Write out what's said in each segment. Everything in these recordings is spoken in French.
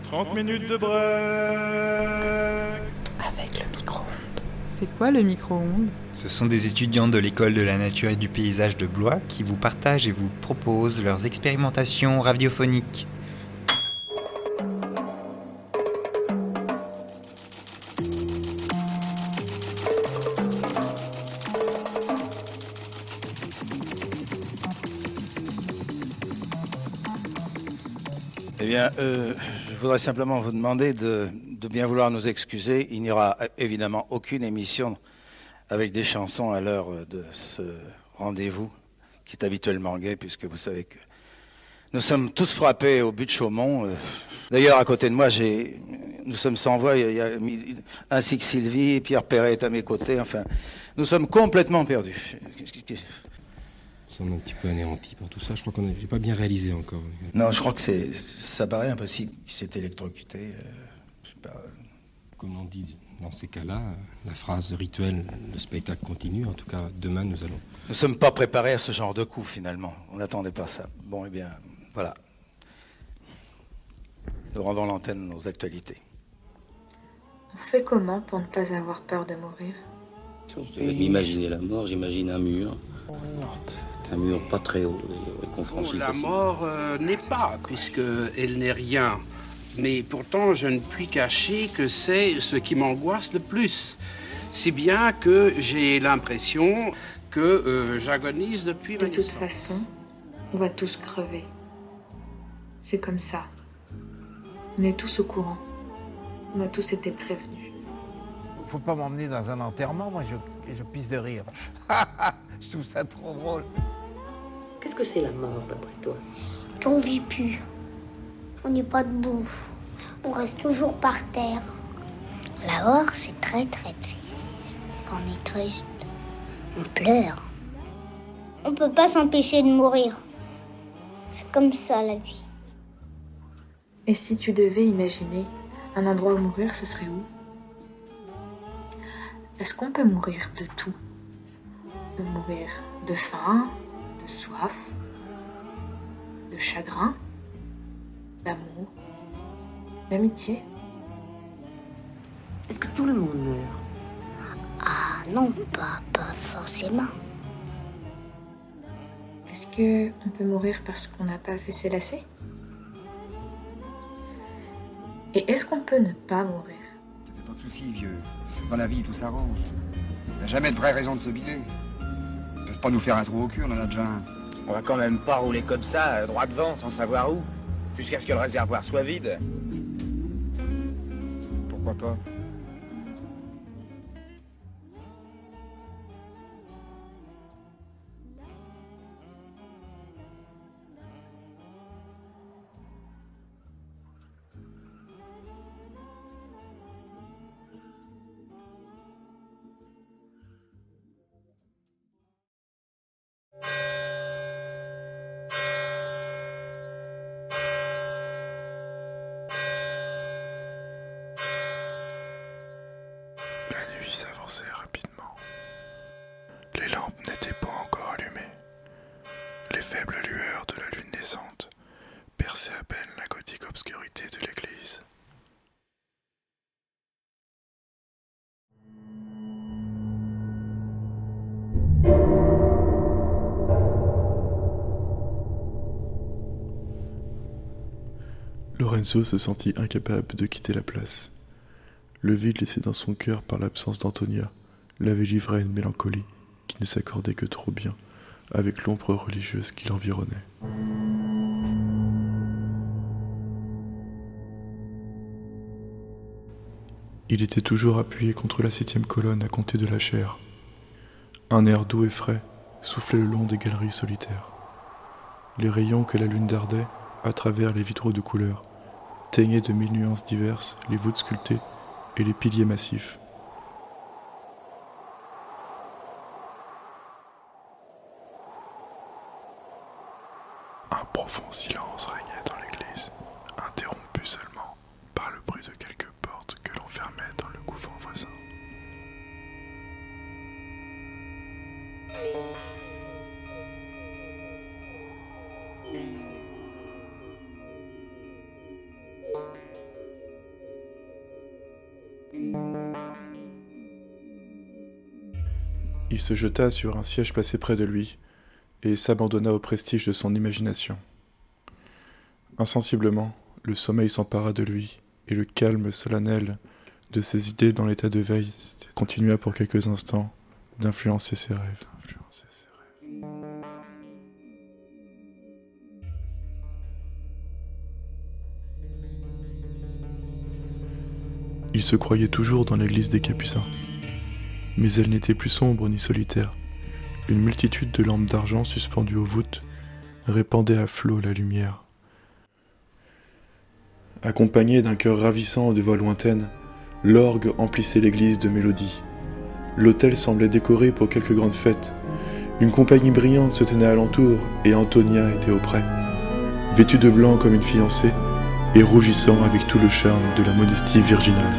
30 minutes de break. Avec le micro-ondes. C'est quoi le micro-ondes ? Ce sont des étudiants de l'école de la nature et du paysage de Blois qui vous partagent et vous proposent leurs expérimentations radiophoniques. Eh bien, je voudrais simplement vous demander de bien vouloir nous excuser. Il n'y aura évidemment aucune émission avec des chansons à l'heure de ce rendez-vous qui est habituellement gai, puisque vous savez que nous sommes tous frappés au but de Chaumont. D'ailleurs, à côté de moi, nous sommes sans voix, ainsi que Sylvie, et Pierre Perret est à mes côtés. Enfin, nous sommes complètement perdus. Nous sommes un petit peu anéantis par tout ça. Je crois qu'on n'a pas bien réalisé encore. Non, je crois que ça paraît impossible qu'il s'est électrocuté. Je sais pas. Comme on dit dans ces cas-là, la phrase rituelle, le spectacle continue. En tout cas, demain, nous allons... Nous ne sommes pas préparés à ce genre de coup, finalement. On n'attendait pas ça. Bon, eh bien, voilà. Nous rendons l'antenne aux actualités. On fait comment pour ne pas avoir peur de mourir ? Je vais m'imaginer la mort, j'imagine un mur. Un mur pas très haut, d'ailleurs, et qu'on franchit La facilement. mort n'est pas, puisqu'elle n'est rien. Mais pourtant, je ne puis cacher que c'est ce qui m'angoisse le plus. Si bien que j'ai l'impression que j'agonise depuis ma De toute naissance. façon, on va tous crever. C'est comme ça. On est tous au courant. On a tous été prévenus. Faut pas m'emmener dans un enterrement, moi je pisse de rire. Je trouve ça trop drôle. Qu'est-ce que c'est la mort, d'après toi ? Qu'on vit plus. On n'est pas debout. On reste toujours par terre. La mort, c'est très très triste. Quand on est triste, on pleure. On peut pas s'empêcher de mourir. C'est comme ça la vie. Et si tu devais imaginer un endroit où mourir, ce serait où ? Est-ce qu'on peut mourir de tout ? On peut mourir de faim, de soif, de chagrin, d'amour, d'amitié. Est-ce que tout le monde meurt ? Ah non, pas forcément. Est-ce qu'on peut mourir parce qu'on n'a pas fait ses lacets ? Et est-ce qu'on peut ne pas mourir ? Pas de soucis, vieux. Dans la vie, tout s'arrange. Il n'y a jamais de vraie raison de se biler. Ils peuvent pas nous faire un trou au cul, on en a déjà un. On va quand même pas rouler comme ça, droit devant, sans savoir où, jusqu'à ce que le réservoir soit vide. Pourquoi pas ? La nuit s'avançait rapidement. Les lampes n'étaient pas encore allumées. Les faibles lueurs de la lune naissante perçaient à peine la gothique obscurité de l'église. Lorenzo se sentit incapable de quitter la place. Le vide laissé dans son cœur par l'absence d'Antonia l'avait livré à une mélancolie qui ne s'accordait que trop bien avec l'ombre religieuse qui l'environnait. Il était toujours appuyé contre la 7e colonne à compter de la chaire. Un air doux et frais soufflait le long des galeries solitaires. Les rayons que la lune dardait, à travers les vitraux de couleur, teignaient de 1000 nuances diverses les voûtes sculptées et les piliers massifs. Un profond silence régnait dans l'église, interrompu seulement par le bruit de quelques portes que l'on fermait dans le couvent voisin. Il se jeta sur un siège placé près de lui et s'abandonna au prestige de son imagination. Insensiblement, le sommeil s'empara de lui et le calme solennel de ses idées dans l'état de veille continua pour quelques instants d'influencer ses rêves. Il se croyait toujours dans l'église des Capucins, mais elle n'était plus sombre ni solitaire. Une multitude de lampes d'argent suspendues aux voûtes répandaient à flot la lumière. Accompagné d'un chœur ravissant de voix lointaines, l'orgue emplissait l'église de mélodies. L'autel semblait décoré pour quelque grande fête. Une compagnie brillante se tenait alentour et Antonia était auprès, vêtue de blanc comme une fiancée et rougissant avec tout le charme de la modestie virginale.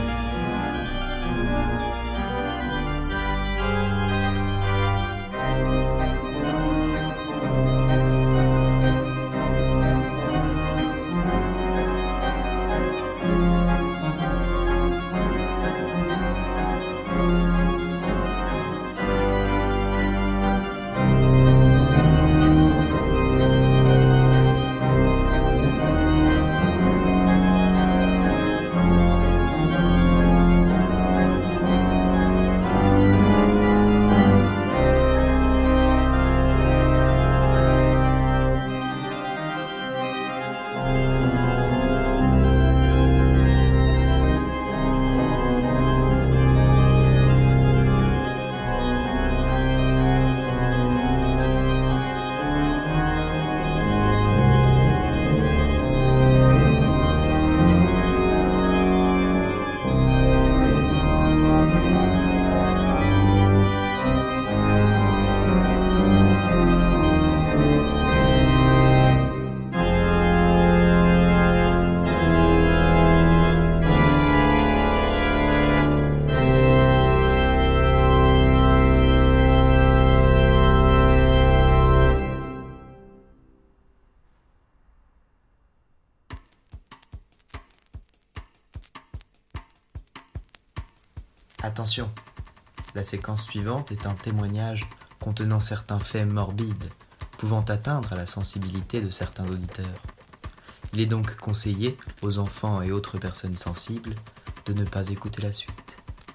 Attention, la séquence suivante est un témoignage contenant certains faits morbides, pouvant atteindre à la sensibilité de certains auditeurs. Il est donc conseillé aux enfants et autres personnes sensibles de ne pas écouter la suite.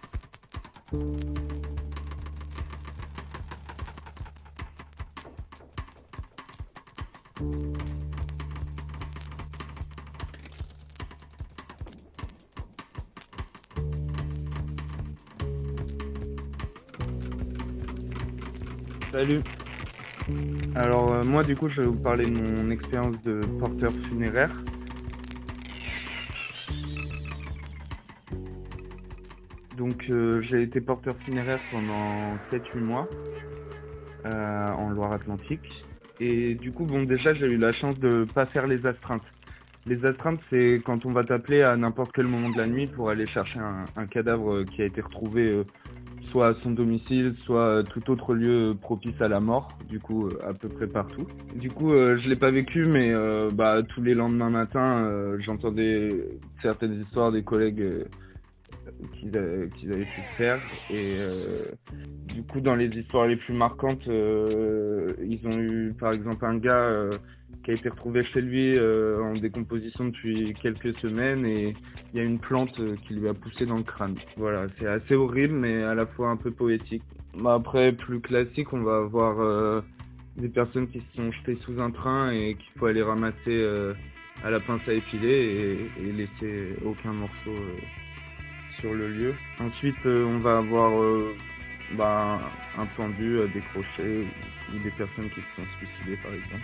Salut. Alors moi du coup je vais vous parler de mon expérience de porteur funéraire. Donc j'ai été porteur funéraire pendant 7-8 mois en Loire-Atlantique. Et du coup bon déjà j'ai eu la chance de pas faire les astreintes. Les astreintes c'est quand on va t'appeler à n'importe quel moment de la nuit pour aller chercher un cadavre qui a été retrouvé soit à son domicile, soit tout autre lieu propice à la mort, du coup à peu près partout. Du coup je l'ai pas vécu, mais tous les lendemains matins j'entendais certaines histoires des collègues qu'ils avaient pu le faire, et du coup dans les histoires les plus marquantes ils ont eu par exemple un gars qui a été retrouvé chez lui en décomposition depuis quelques semaines, et il y a une plante qui lui a poussé dans le crâne. Voilà, c'est assez horrible mais à la fois un peu poétique. Après, plus classique, on va avoir des personnes qui se sont jetées sous un train et qu'il faut aller ramasser à la pince à épiler et laisser aucun morceau sur le lieu. Ensuite, on va avoir un pendu décroché ou des personnes qui se sont suicidées par exemple.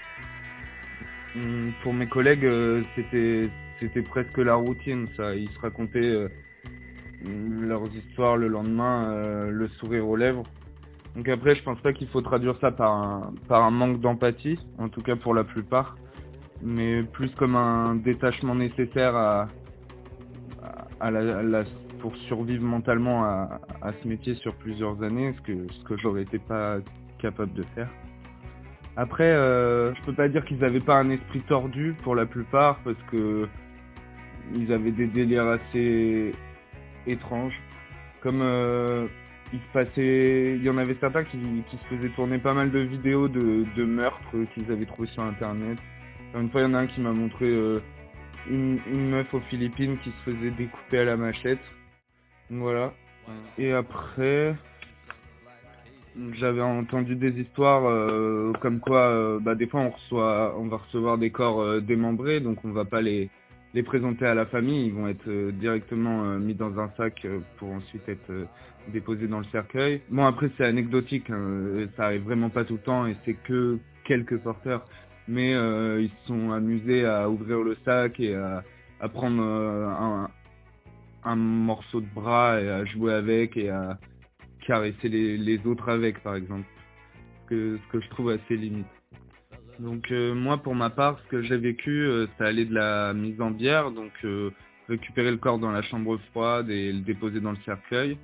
Pour mes collègues, c'était presque la routine, ça. Ils se racontaient leurs histoires le lendemain, le sourire aux lèvres. Donc après, je pense pas qu'il faut traduire ça par un manque d'empathie, en tout cas pour la plupart, mais plus comme un détachement nécessaire pour survivre mentalement à ce métier sur plusieurs années, ce que j'aurais été pas capable de faire. Après, je peux pas dire qu'ils avaient pas un esprit tordu pour la plupart, parce que ils avaient des délires assez étranges. Comme il y en avait certains qui se faisaient tourner pas mal de vidéos de meurtres qu'ils avaient trouvés sur internet. Une fois, il y en a un qui m'a montré une meuf aux Philippines qui se faisait découper à la machette. Donc, voilà. Et après, j'avais entendu des histoires comme quoi, des fois on va recevoir des corps démembrés, donc on va pas les présenter à la famille, ils vont être directement mis dans un sac pour ensuite être déposés dans le cercueil. Bon, après c'est anecdotique, hein, ça arrive vraiment pas tout le temps et c'est que quelques porteurs, mais ils se sont amusés à ouvrir le sac et à prendre un morceau de bras et à jouer avec et à caresser les autres avec, par exemple, ce que je trouve assez limite. Donc moi, pour ma part, ce que j'ai vécu, ça allait de la mise en bière, donc récupérer le corps dans la chambre froide et le déposer dans le cercueil,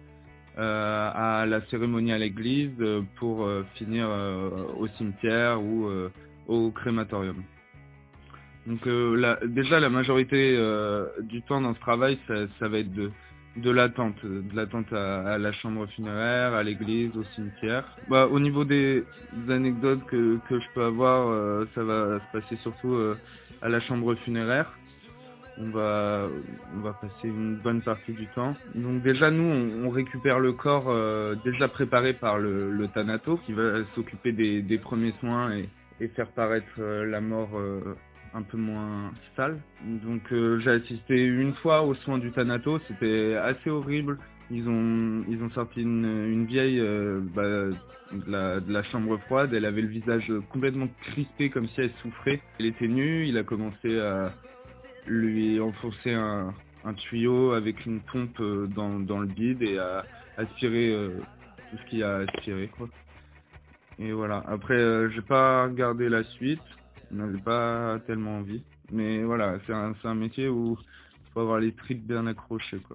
à la cérémonie à l'église pour finir au cimetière ou au crématorium. Donc déjà, la majorité du temps dans ce travail, ça va être de l'attente à la chambre funéraire, à l'église, au cimetière. Au niveau des anecdotes que je peux avoir, ça va se passer surtout à la chambre funéraire. On va passer une bonne partie du temps. Donc déjà, nous, on récupère le corps déjà préparé par le thanato qui va s'occuper des premiers soins et faire paraître la mort un peu moins sale. Donc j'ai assisté une fois aux soins du thanato, c'était assez horrible. Ils ont sorti une vieille de la chambre froide, elle avait le visage complètement crispé comme si elle souffrait. Elle était nue, il a commencé à lui enfoncer un tuyau avec une pompe dans le bide et à aspirer tout ce qu'il y a à aspirer, quoi. Et voilà, après j'ai pas regardé la suite. On n'avait pas tellement envie. Mais voilà, c'est un métier où il faut avoir les tripes bien accrochées, quoi.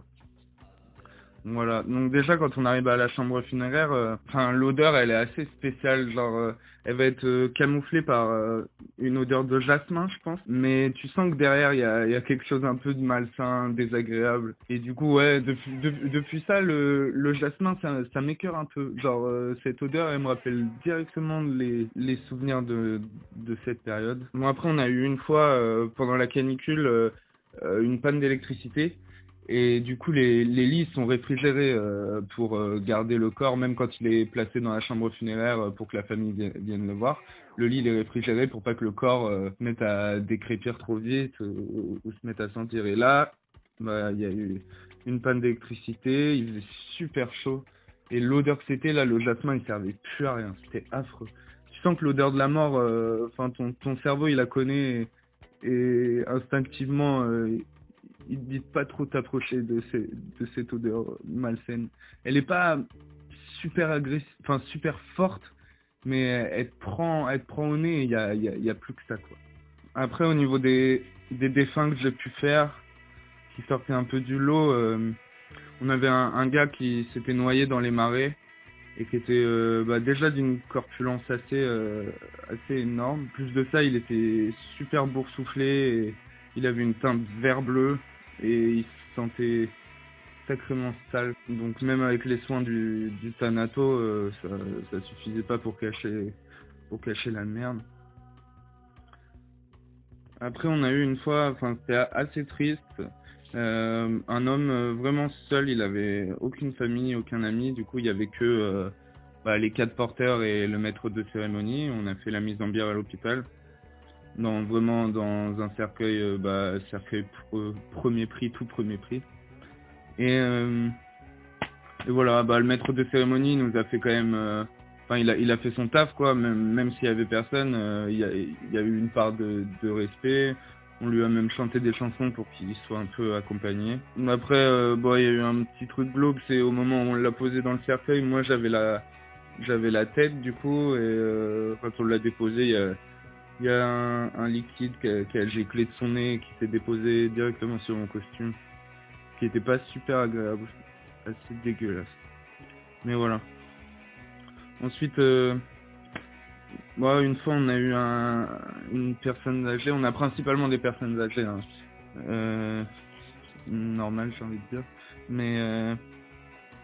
Voilà. Donc déjà, quand on arrive à la chambre funéraire, l'odeur, elle est assez spéciale. Genre, elle va être camouflée par une odeur de jasmin, je pense. Mais tu sens que derrière, il y a quelque chose un peu de malsain, désagréable. Et du coup, ouais, depuis ça, le jasmin, ça m'écœure un peu. Genre, cette odeur, elle me rappelle directement les souvenirs de cette période. Bon, après, on a eu une fois, pendant la canicule, une panne d'électricité. Et du coup, les lits sont réfrigérés pour garder le corps, même quand il est placé dans la chambre funéraire pour que la famille vienne le voir. Le lit il est réfrigéré pour pas que le corps se mette à décrépir trop vite ou se mette à sentir. Et là, il y a eu une panne d'électricité, il faisait super chaud. Et l'odeur que c'était, là, le jasmin, il servait plus à rien. C'était affreux. Tu sens que l'odeur de la mort, ton cerveau, il la connaît et instinctivement... il ne dit pas trop t'approcher de cette odeur malsaine. Elle est pas super agressive, super forte, mais elle te prend au nez et il y a plus que ça, quoi. Après, au niveau des défunts que j'ai pu faire, qui sortaient un peu du lot, on avait un gars qui s'était noyé dans les marais et qui était déjà d'une corpulence assez énorme. Plus de ça, il était super boursouflé et il avait une teinte vert bleu et il se sentait sacrément sale. Donc même avec les soins du thanato, ça suffisait pas pour cacher la merde. Après, on a eu une fois, c'était assez triste, un homme vraiment seul, il avait aucune famille, aucun ami, du coup il y avait que les 4 porteurs et le maître de cérémonie. On a fait la mise en bière à l'hôpital. Vraiment dans un cercueil, cercueil premier prix, tout premier prix. Et voilà, le maître de cérémonie nous a fait quand même, il a fait son taf, quoi, même s'il y avait personne, il y a eu une part de respect. On lui a même chanté des chansons pour qu'il soit un peu accompagné. Après, il y a eu un petit truc glauque, c'est au moment où on l'a posé dans le cercueil, moi j'avais la tête du coup, et quand on l'a déposé, il y a un liquide qui a giclé de son nez, qui s'est déposé directement sur mon costume, qui était pas super agréable, assez dégueulasse. Mais voilà. Ensuite, une fois on a eu une personne âgée, on a principalement des personnes âgées, hein. Normal, j'ai envie de dire. Mais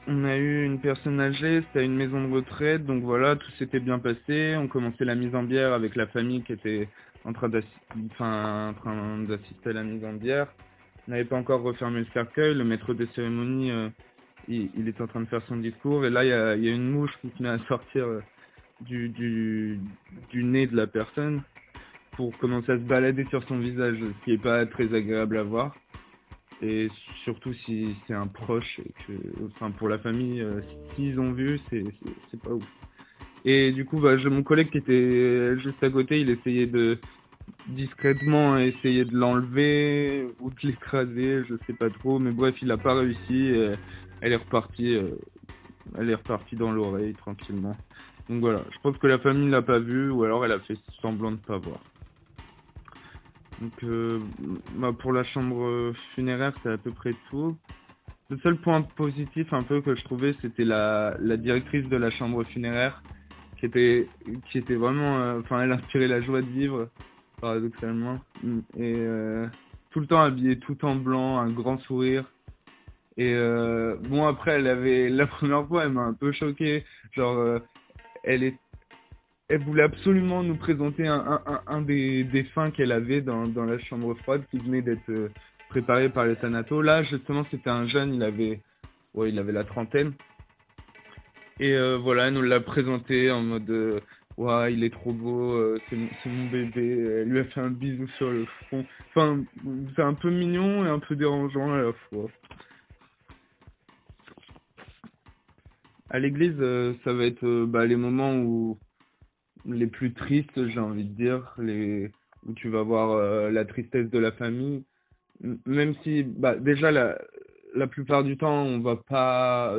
On a eu une personne âgée, c'était à une maison de retraite, donc voilà, tout s'était bien passé. On commençait la mise en bière avec la famille qui était en train d'assister à la mise en bière. On n'avait pas encore refermé le cercueil, le maître des cérémonies, il était en train de faire son discours, et là, il y a une mouche qui venait à sortir du nez de la personne pour commencer à se balader sur son visage, ce qui est pas très agréable à voir. Et surtout si c'est un proche et que, enfin pour la famille, s'ils ont vu, c'est pas ouf. Et du coup, j'ai mon collègue qui était juste à côté, il essayait de discrètement essayer de l'enlever ou de l'écraser, je sais pas trop, mais bref, il a pas réussi. Et elle est repartie dans l'oreille tranquillement. Donc voilà, je pense que la famille l'a pas vu ou alors elle a fait semblant de pas voir. Donc pour la chambre funéraire, c'est à peu près tout. Le seul point positif un peu que je trouvais, c'était la directrice de la chambre funéraire qui était vraiment, elle inspirait la joie de vivre, paradoxalement. Et tout le temps habillée tout en blanc, un grand sourire. Et après, la première fois, elle m'a un peu choqué. Genre, elle voulait absolument nous présenter un des défunts qu'elle avait dans la chambre froide qui venait d'être préparé par les thanatos. Là, justement, c'était un jeune, il avait la trentaine. Et elle nous l'a présenté en mode il est trop beau, c'est mon bébé. Elle lui a fait un bisou sur le front. Enfin, c'est un peu mignon et un peu dérangeant à la fois. À l'église, ça va être les moments où les plus tristes, j'ai envie de dire, où tu vas voir la tristesse de la famille. Même si, déjà, la plupart du temps, on va pas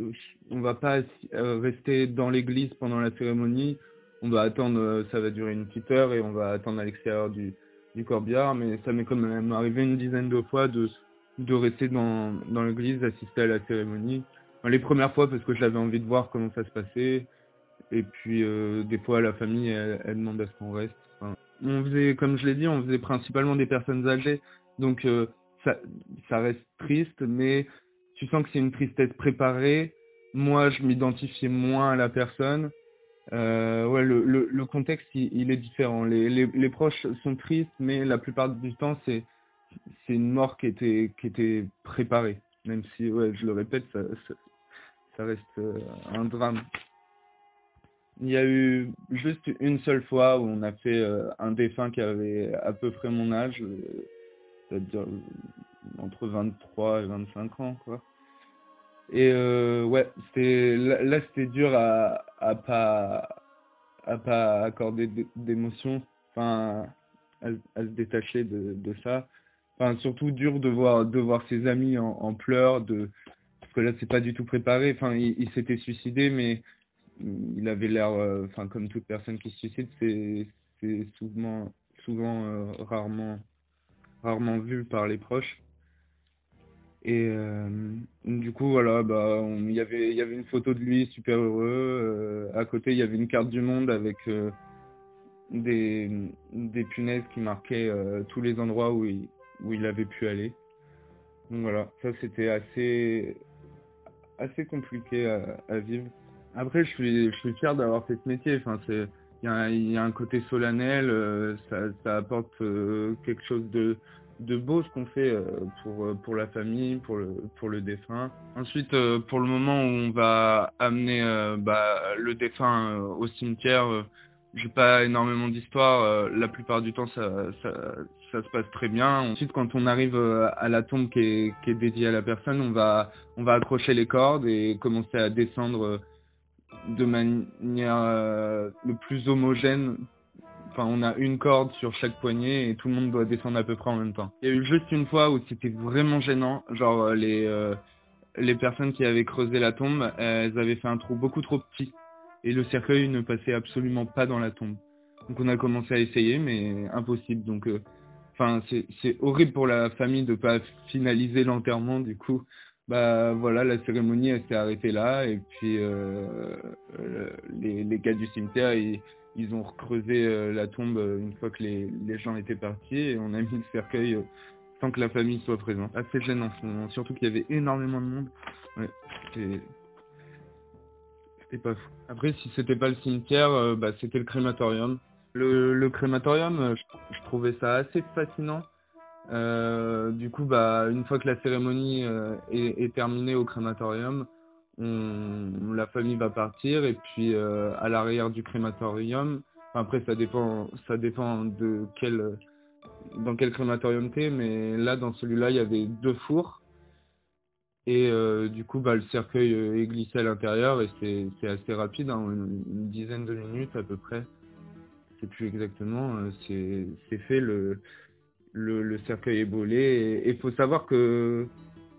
rester dans l'église pendant la cérémonie. On va attendre, ça va durer une petite heure et on va attendre à l'extérieur du corbillard. Mais ça m'est quand même arrivé une dizaine de fois de rester dans l'église, d'assister à la cérémonie. Les premières fois parce que j'avais envie de voir comment ça se passait. Et puis des fois la famille elle demande à ce qu'on reste. On faisait, comme je l'ai dit, on faisait principalement des personnes âgées, donc ça reste triste, mais tu sens que c'est une tristesse préparée. Moi je m'identifiais moins à la personne. Le contexte il est différent. Les proches sont tristes, mais la plupart du temps c'est une mort qui était préparée, même si je le répète, ça reste un drame. Il y a eu juste une seule fois où on a fait un défunt qui avait à peu près mon âge, c'est-à-dire entre 23 et 25 ans, quoi. Et c'était dur à pas accorder d'émotion, à se détacher de ça. Surtout dur de voir ses amis en pleurs, parce que là c'est pas du tout préparé. Il s'était suicidé, mais il avait l'air, comme toute personne qui se suicide, c'est souvent rarement vu par les proches. Et du coup voilà, il y avait une photo de lui super heureux. À côté il y avait une carte du monde avec des punaises qui marquaient tous les endroits où il avait pu aller. Donc voilà, ça c'était assez compliqué à vivre. Après, je suis fier d'avoir fait ce métier. Il y a un côté solennel, ça apporte quelque chose de beau ce qu'on fait pour la famille, pour le défunt. Ensuite, pour le moment où on va amener le défunt au cimetière, j'ai pas énormément d'histoire. La plupart du temps, ça se passe très bien. Ensuite, quand on arrive à la tombe qui est dédiée à la personne, on va accrocher les cordes et commencer à descendre de manière le plus homogène. On a une corde sur chaque poignet et tout le monde doit descendre à peu près en même temps. Il y a eu juste une fois où c'était vraiment gênant, genre les personnes qui avaient creusé la tombe, elles avaient fait un trou beaucoup trop petit et le cercueil ne passait absolument pas dans la tombe. Donc on a commencé à essayer, mais impossible. Donc c'est horrible pour la famille de pas finaliser l'enterrement. Du coup, la cérémonie elle s'est arrêtée là et puis les gars du cimetière ils ont recreusé la tombe une fois que les gens étaient partis et on a mis le cercueil sans que la famille soit présente. Assez gênant, surtout qu'il y avait énormément de monde. Ouais, c'était c'était pas fou. Après, si c'était pas le cimetière, c'était le crématorium. Le crématorium, je trouvais ça assez fascinant. Du coup, une fois que la cérémonie est terminée au crématorium, la famille va partir et puis à l'arrière du crématorium, après ça dépend dans quel crématorium t'es, mais là dans celui-là il y avait 2 fours et du coup le cercueil est glissé à l'intérieur et c'est assez rapide, hein, une dizaine de minutes à peu près, c'est plus exactement, c'est fait, le cercueil est bolé et faut savoir que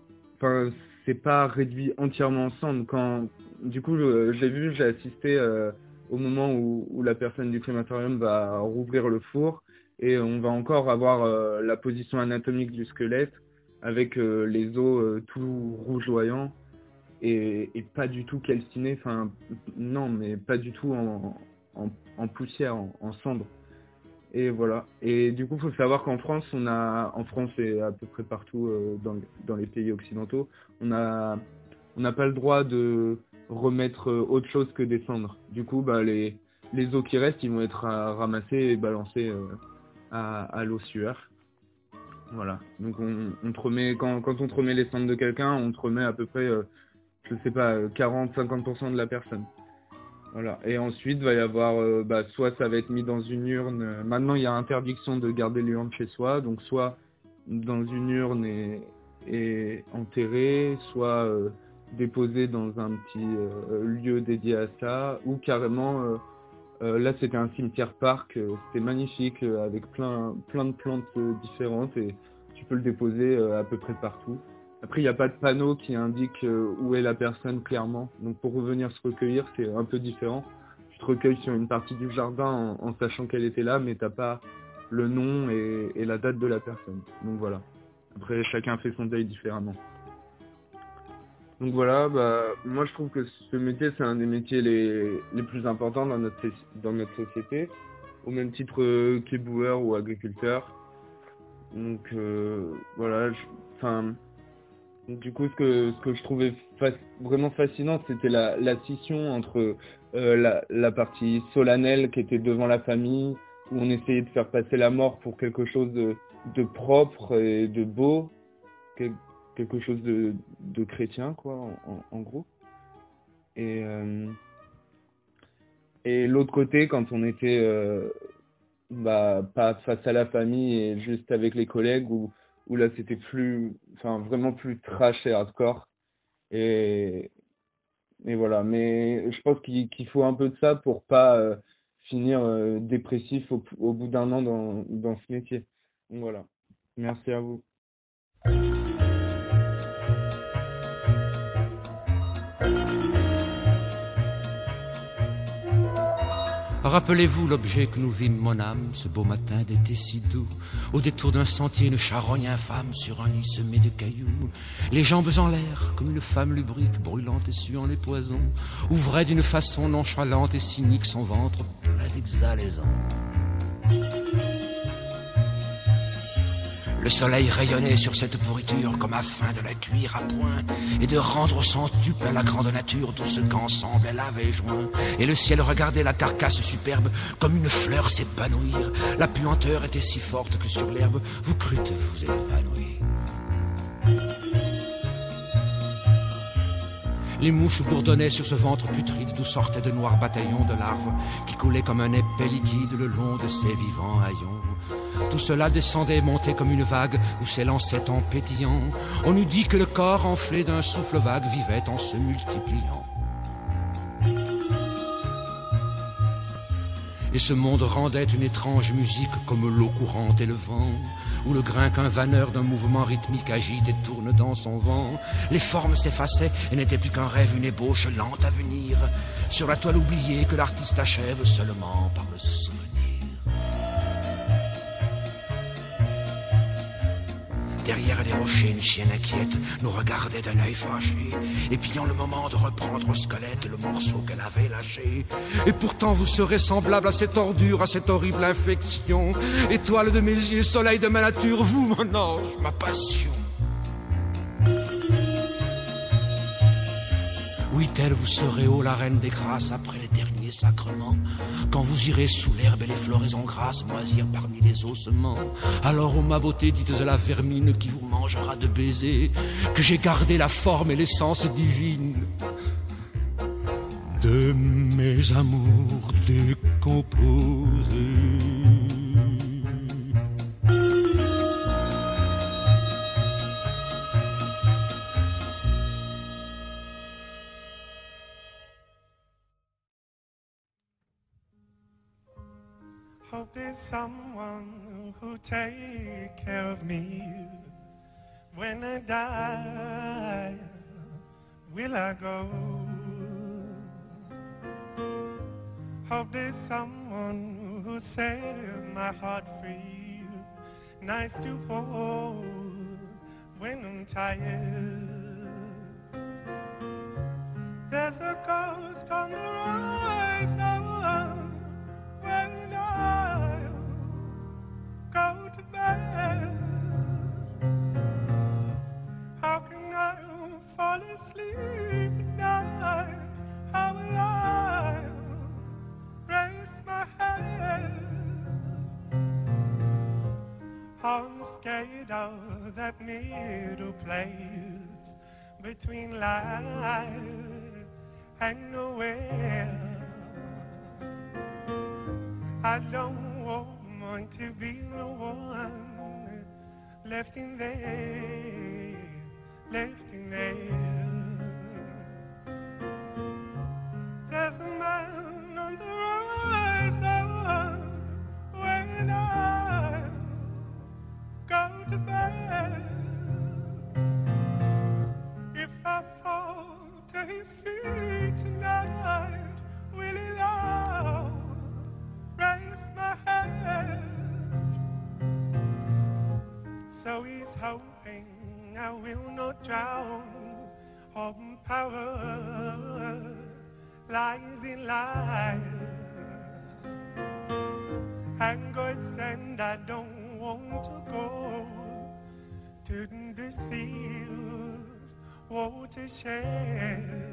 c'est pas réduit entièrement en cendres. Du coup, j'ai assisté au moment où la personne du crématorium va rouvrir le four et on va encore avoir la position anatomique du squelette avec les os tout rougeoyants et pas du tout calcinés, non, mais pas du tout en poussière, en cendres. Et voilà. Et du coup, il faut savoir qu'en France, en France et à peu près partout dans les pays occidentaux, on n'a pas le droit de remettre autre chose que des cendres. Du coup, les os qui restent, ils vont être ramassés et balancés à l'ossuaire. Voilà. Donc on te remet, quand on te remet les cendres de quelqu'un, on te remet à peu près, 40-50% de la personne. Voilà. Et ensuite, va y avoir, soit ça va être mis dans une urne. Maintenant, il y a interdiction de garder l'urne chez soi, donc soit dans une urne et enterré, soit déposé dans un petit lieu dédié à ça, ou carrément, là c'était un cimetière-parc, c'était magnifique, avec plein de plantes différentes, et tu peux le déposer à peu près partout. Après, il n'y a pas de panneau qui indique où est la personne clairement. Donc pour revenir se recueillir, c'est un peu différent. Tu te recueilles sur une partie du jardin en sachant qu'elle était là, mais tu n'as pas le nom et la date de la personne. Donc voilà. Après, chacun fait son deuil différemment. Donc voilà, moi je trouve que ce métier, c'est un des métiers les plus importants dans notre société, au même titre qu'éboueur ou agriculteur. Donc voilà, du coup, ce que je trouvais vraiment fascinant, c'était la scission entre la partie solennelle qui était devant la famille, où on essayait de faire passer la mort pour quelque chose de propre et de beau, quelque chose de chrétien, quoi, en gros. Et l'autre côté, quand on était pas face à la famille et juste avec les collègues, où là c'était vraiment plus trash et hardcore, et voilà. Mais je pense qu'il faut un peu de ça pour pas finir dépressif au bout d'un an dans ce métier. Donc voilà, merci à vous. Rappelez-vous l'objet que nous vîmes, mon âme, ce beau matin d'été si doux. Au détour d'un sentier, une charogne infâme sur un lit semé de cailloux. Les jambes en l'air, comme une femme lubrique, brûlante et suant les poisons, ouvrait d'une façon nonchalante et cynique son ventre plein d'exhalaisons. Le soleil rayonnait sur cette pourriture comme afin de la cuire à point et de rendre centuple à la grande nature tout ce qu'ensemble elle avait joint. Et le ciel regardait la carcasse superbe comme une fleur s'épanouir. La puanteur était si forte que sur l'herbe vous crûtes vous évanouir. Les mouches bourdonnaient sur ce ventre putride d'où sortaient de noirs bataillons de larves qui coulaient comme un épais liquide le long de ces vivants haillons. Tout cela descendait et montait comme une vague où s'élançait en pétillant. On eût dit que le corps enflé d'un souffle vague vivait en se multipliant. Et ce monde rendait une étrange musique comme l'eau courante et le vent, où le grain qu'un vanneur d'un mouvement rythmique agite et tourne dans son vent. Les formes s'effaçaient et n'étaient plus qu'un rêve, une ébauche lente à venir, sur la toile oubliée que l'artiste achève seulement par le souvenir. Derrière les rochers, une chienne inquiète nous regardait d'un œil fâché, épiant le moment de reprendre au squelette le morceau qu'elle avait lâché. Et pourtant vous serez semblable à cette ordure, à cette horrible infection. Étoile de mes yeux, soleil de ma nature, vous mon ange, ma passion. Oui, telle vous serez haut la reine des grâces après les derniers sacrements. Quand vous irez sous l'herbe et les floraisons grasses moisir parmi les ossements, alors ô ma beauté, dites à la vermine qui vous mangera de baisers que j'ai gardé la forme et l'essence divine de mes amours décomposés. Hope there's someone who'll take care of me when I die. Will I go? Hope there's someone who'll set my heart free, nice to hold when I'm tired. There's a ghost on the horizon when I'll go to bed. How can I fall asleep at night? How will I raise my head? I'm scared of that middle place between life and nowhere. I don't want to be the one left in there, left in there. There's a man on the horizon when I go to bed. If I fall to his feet tonight, will he now raise my head? So he's hoping I will not drown. All power lies in life, and God send I don't want to go to the sea's watershed.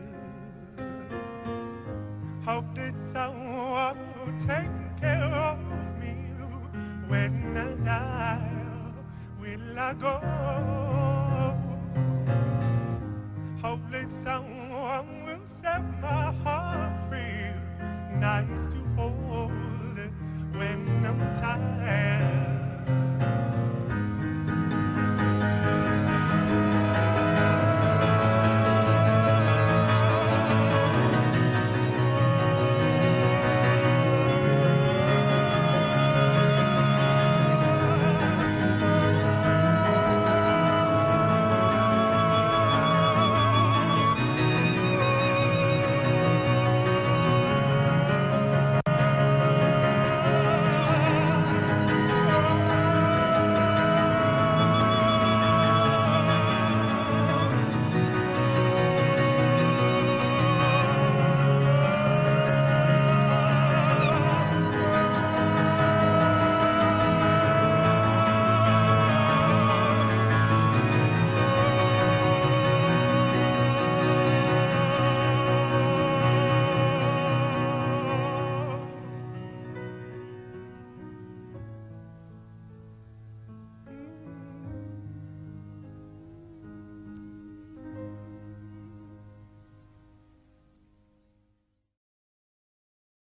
Hope that someone will take care of me when I die. Will I go?